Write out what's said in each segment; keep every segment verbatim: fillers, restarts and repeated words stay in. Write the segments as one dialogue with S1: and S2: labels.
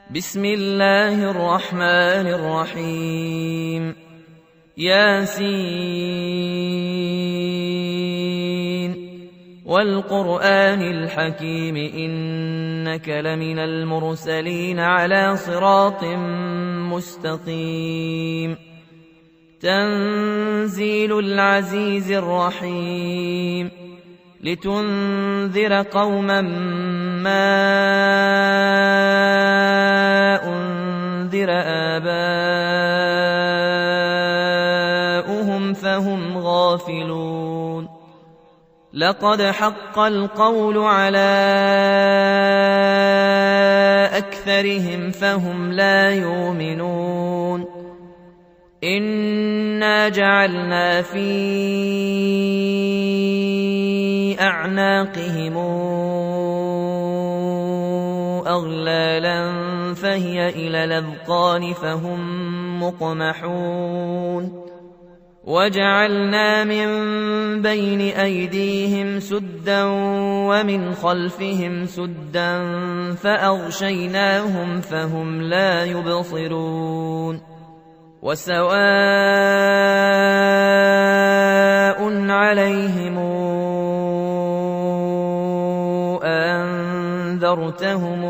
S1: بسم الله الرحمن الرحيم. ياسين والقرآن الحكيم إنك لمن المرسلين على صراط مستقيم. تنزيل العزيز الرحيم. لتنذر قوما ما أنذر آباؤهم فهم غافلون. لقد حق القول على أكثرهم فهم لا يؤمنون. إنا جعلنا في أعناقهم أغلالا فهي إلى الأذقان فهم مقمحون. وجعلنا من بين أيديهم سدا ومن خلفهم سدا فأغشيناهم فهم لا يبصرون. وسواء عليهم أنذرتهم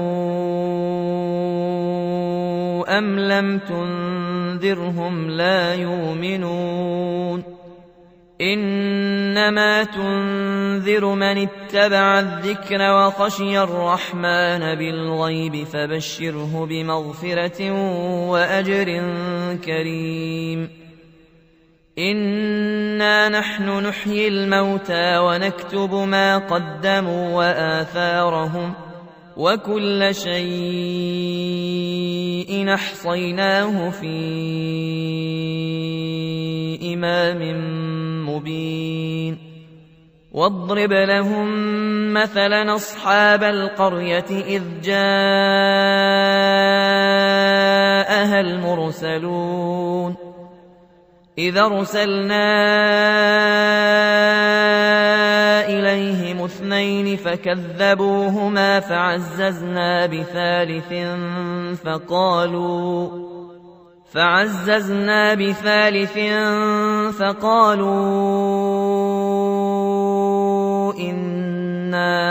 S1: أم لم تنذرهم لا يؤمنون. إنما تنذر من اتبع الذكر وخشي الرحمن بالغيب فبشره بمغفرة وأجر كريم. إنا نحن نحيي الموتى ونكتب ما قدموا وآثارهم وكل شيء أحصيناه في إمام مبين. واضرب لهم مثلا أصحاب القرية إذ جاءها المرسلون. إذ أرسلنا إليهم اثنين فكذبوهما فعززنا بثالث فقالوا فعززنا بثالث فقالوا إنا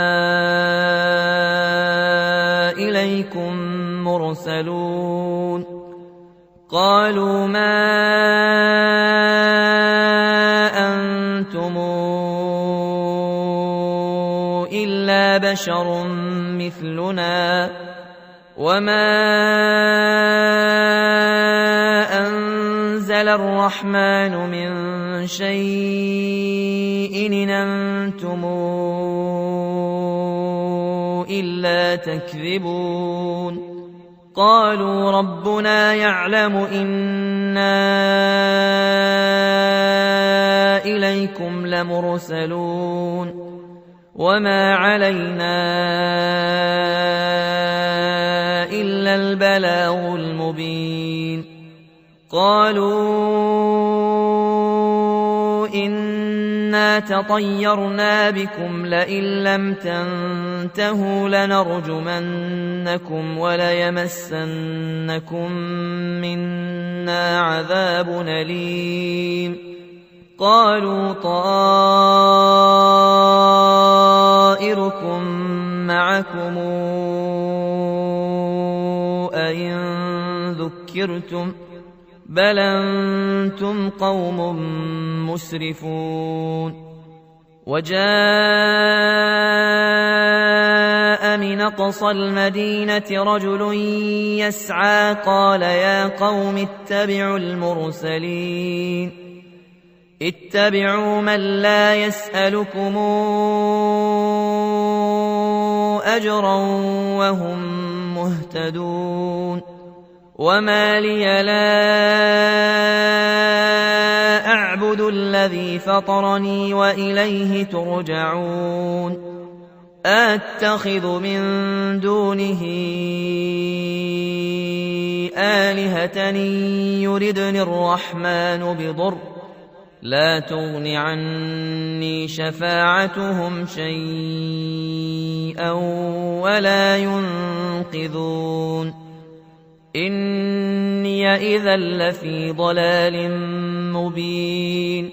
S1: إليكم مرسلون. قالوا ما أنتم إلا بشر مثلنا وما أنزل الرحمن من شيء إن أنتم إلا تكذبون. قالوا ربنا يعلم إنا إليكم لمرسلون وما علينا إلا البلاغ المبين. قالوا إنا تطيرنا بكم لئن لم تنتهوا لنرجمنكم وليمسنكم منا عذاب أليم. قالوا طائركم معكم أئن ذكرتم بل أنتم قوم مسرفون. وجاء من أقصى المدينة رجل يسعى قال يا قوم اتبعوا المرسلين اتبعوا من لا يسألكم أجرا وهم مهتدون. وما لي لا أعبد الذي فطرني وإليه ترجعون. أتخذ من دونه آلهة يردني الرحمن بضر لا تغن عني شفاعتهم شيئا ولا ينقذون إني إذا لفي ضلال مبين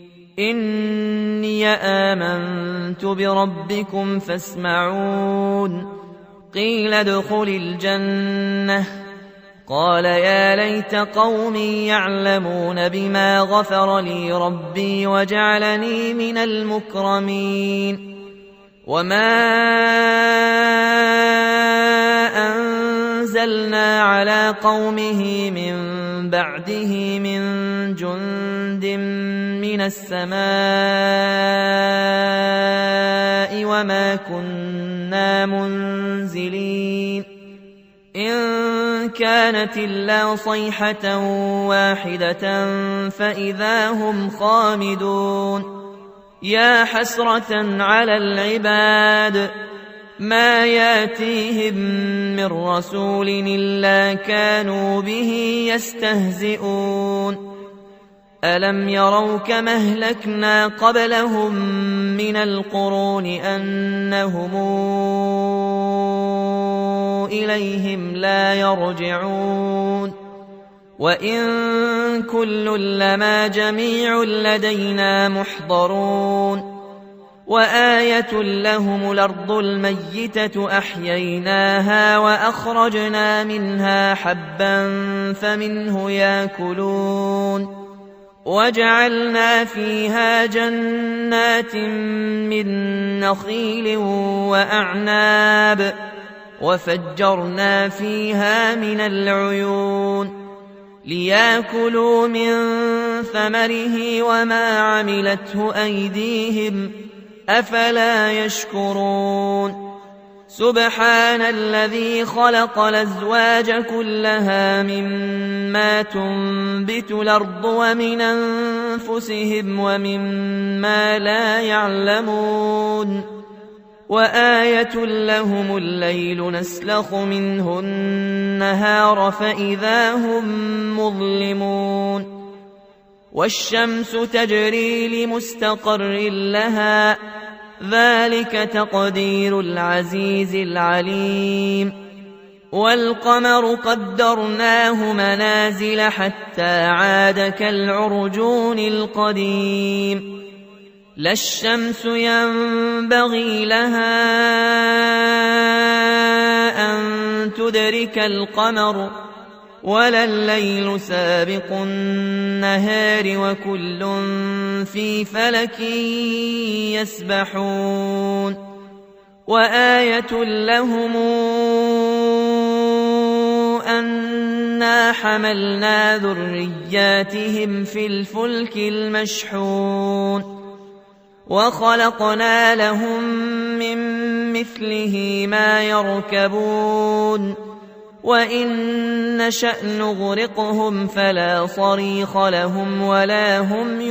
S1: إني آمنت بربكم فاسمعون قيل ادخل الجنة قال يا ليت قومي يعلمون بما غفر لي ربي وجعلني من المكرمين وما أنزلنا على قومه من بعده من جند من السماء وما كنا منزلين إن كانت إلا صيحة واحدة فإذا هم خامدون يا حسرة على العباد ما ياتيهم من رسول إلا كانوا به يستهزئون ألم يروا كما أهلكنا قبلهم من القرون أنهم إليهم لا يرجعون وإن كل لما جميع لدينا محضرون وآية لهم الأرض الميتة أحييناها وأخرجنا منها حبا فمنه يأكلون وجعلنا فيها جنات من نخيل وأعناب وفجرنا فيها من العيون ليأكلوا من ثمره وما عملته أيديهم أفلا يشكرون سبحان الذي خلق الأزواج كلها مما تنبت الأرض ومن أنفسهم ومما لا يعلمون وآية لهم الليل نسلخ منه النهار فإذا هم مظلمون والشمس تجري لمستقر لها ذلك تقدير العزيز العليم والقمر قدرناه منازل حتى عاد كالعرجون القديم لا الشمس ينبغي لها أن تدرك القمر ولا الليل سابق النهار وكل في فلك يسبحون وآية لهم أنا حملنا ذرياتهم في الفلك المشحون وخلقنا لهم من مثله ما يركبون وإن نشأ نغرقهم فلا صريخ لهم ولا هم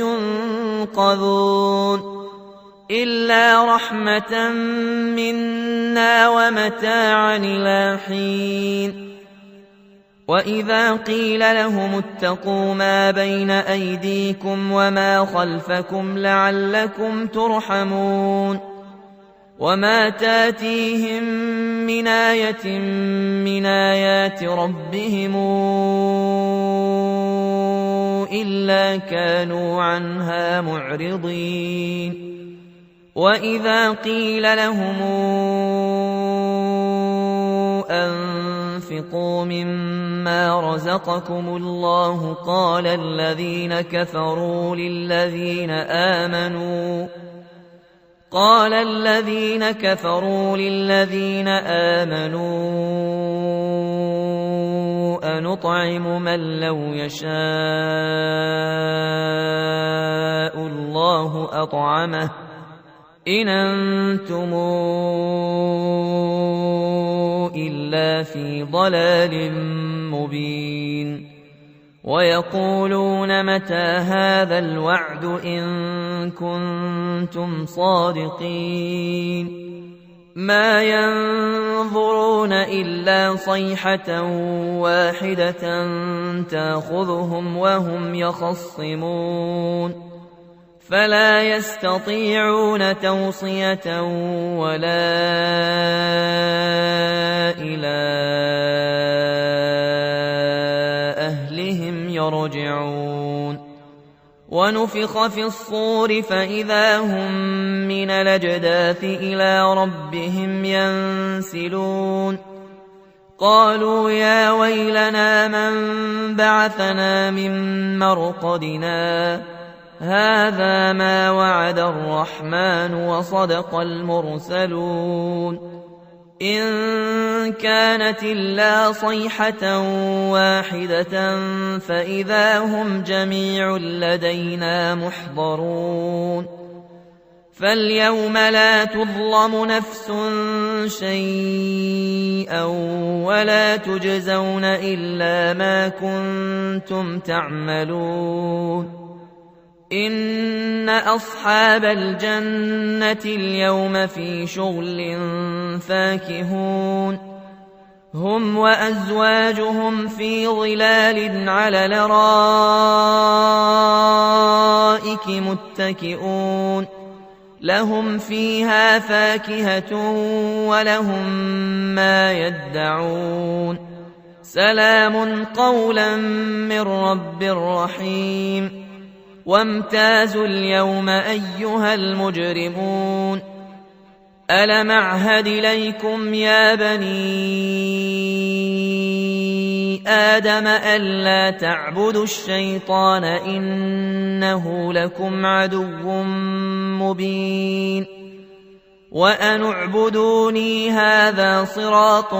S1: ينقذون إلا رحمة منا ومتاعا إلى حين وإذا قيل لهم اتقوا ما بين أيديكم وما خلفكم لعلكم ترحمون وما تاتيهم من آية من آيات ربهم إلا كانوا عنها معرضين وإذا قيل لهم أنفقوا مما رزقكم الله قال الذين كفروا للذين آمنوا قال الذين كفروا للذين آمنوا أنطعم من لو يشاء الله أطعمه إن أنتم إلا في ضلال مبين ويقولون متى هذا الوعد إن كنتم صادقين ما ينظرون إلا صيحة واحدة تأخذهم وهم يخصمون فلا يستطيعون توصية ولا إلى يرجعون ونفخ في الصور فإذا هم من الأجداث إلى ربهم ينسلون قالوا يا ويلنا من بعثنا من مرقدنا هذا ما وعد الرحمن وصدق المرسلون إن كانت إلا صيحة واحدة فإذا هم جميع لدينا محضرون فاليوم لا تظلم نفس شيئا ولا تجزون إلا ما كنتم تعملون إن أصحاب الجنة اليوم في شغل فاكهون هم وأزواجهم في ظلال على الأرائك متكئون لهم فيها فاكهة ولهم ما يدعون سلام قولا من رب رحيم وامتازوا اليوم أيها المجرمون ألم أعهد إليكم يا بني آدم ألا تعبدوا الشيطان إنه لكم عدو مبين وأن اعبدوني هذا صراط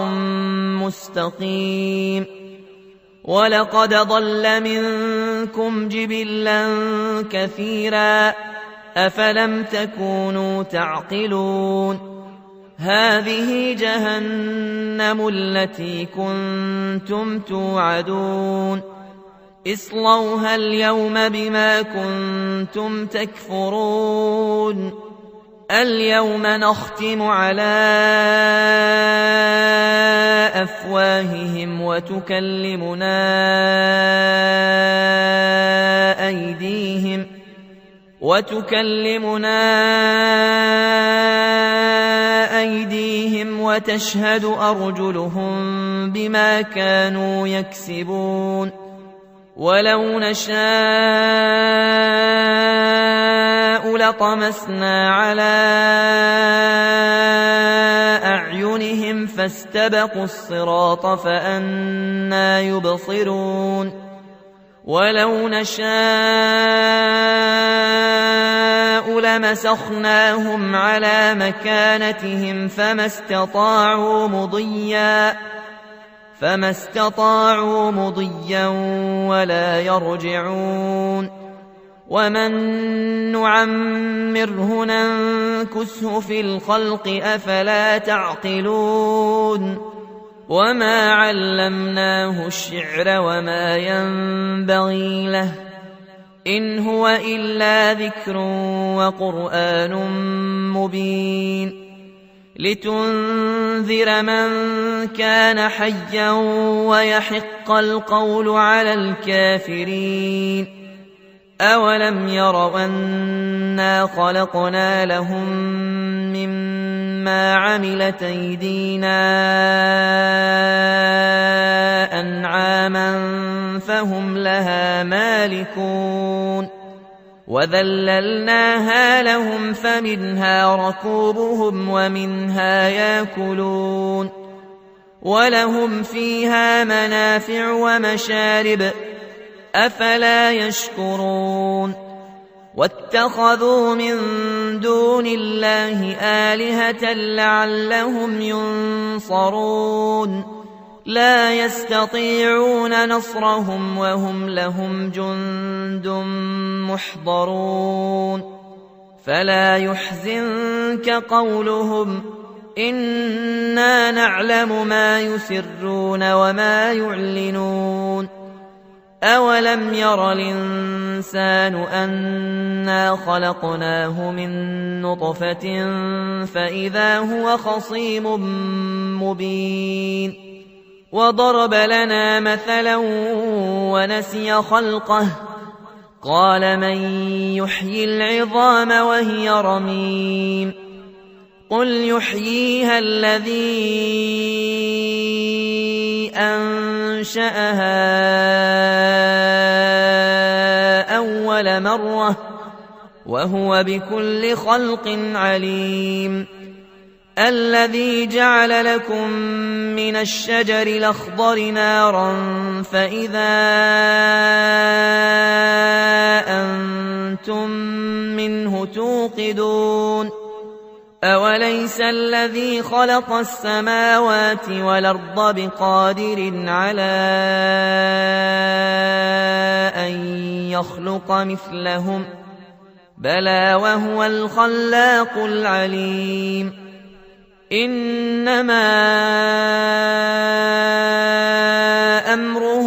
S1: مستقيم ولقد ضل منكم جبلا كثيرا أفلم تكونوا تعقلون هذه جهنم التي كنتم توعدون اصلوها اليوم بما كنتم تكفرون اليوم نختم على أفواههم وتكلمنا أيديهم وتكلمنا أيديهم وتشهد أرجلهم بما كانوا يكسبون ولو نشاء لطمسنا على أعينهم فاستبقوا الصراط فأنى يبصرون ولو نشاء لمسخناهم على مكانتهم فما استطاعوا مضيا فما استطاعوا مضيا ولا يرجعون ومن نعمره ننكسه في الخلق أفلا تعقلون وما علمناه الشعر وما ينبغي له إن هو إلا ذكر وقرآن مبين لتنذر من كان حيا ويحق القول على الكافرين أولم يروا أنا خلقنا لهم مما عملت أيدينا أنعاما فهم لها مالكون وذللناها لهم فمنها ركوبهم ومنها ياكلون ولهم فيها منافع ومشارب أفلا يشكرون واتخذوا من دون الله آلهة لعلهم ينصرون لا يستطيعون نصرهم وهم لهم جند محضرون فلا يحزنك قولهم إنا نعلم ما يسرون وما يعلنون أولم ير الإنسان أنا خلقناه من نطفة فإذا هو خصيم مبين وضرب لنا مثلا ونسي خلقه قال من يحيي العظام وهي رميم قل يحييها الذي أنشأها مرة وهو بكل خلق عليم الذي جعل لكم من الشجر الأخضر نارا فإذا أنتم منه توقدون أوليس الذي خلق السماوات والأرض بقادر على أن يخلق مثلهم بلى وهو الخلاق العليم إنما أمره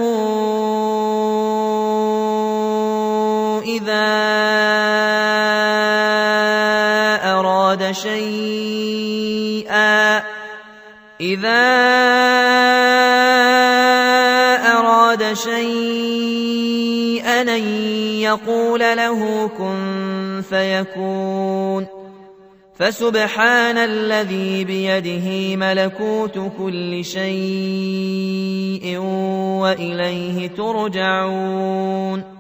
S1: إذا أراد شيئا إذا أراد شيئا أن يقول له كن فيكون فسبحان الذي بيده ملكوت كل شيء وإليه ترجعون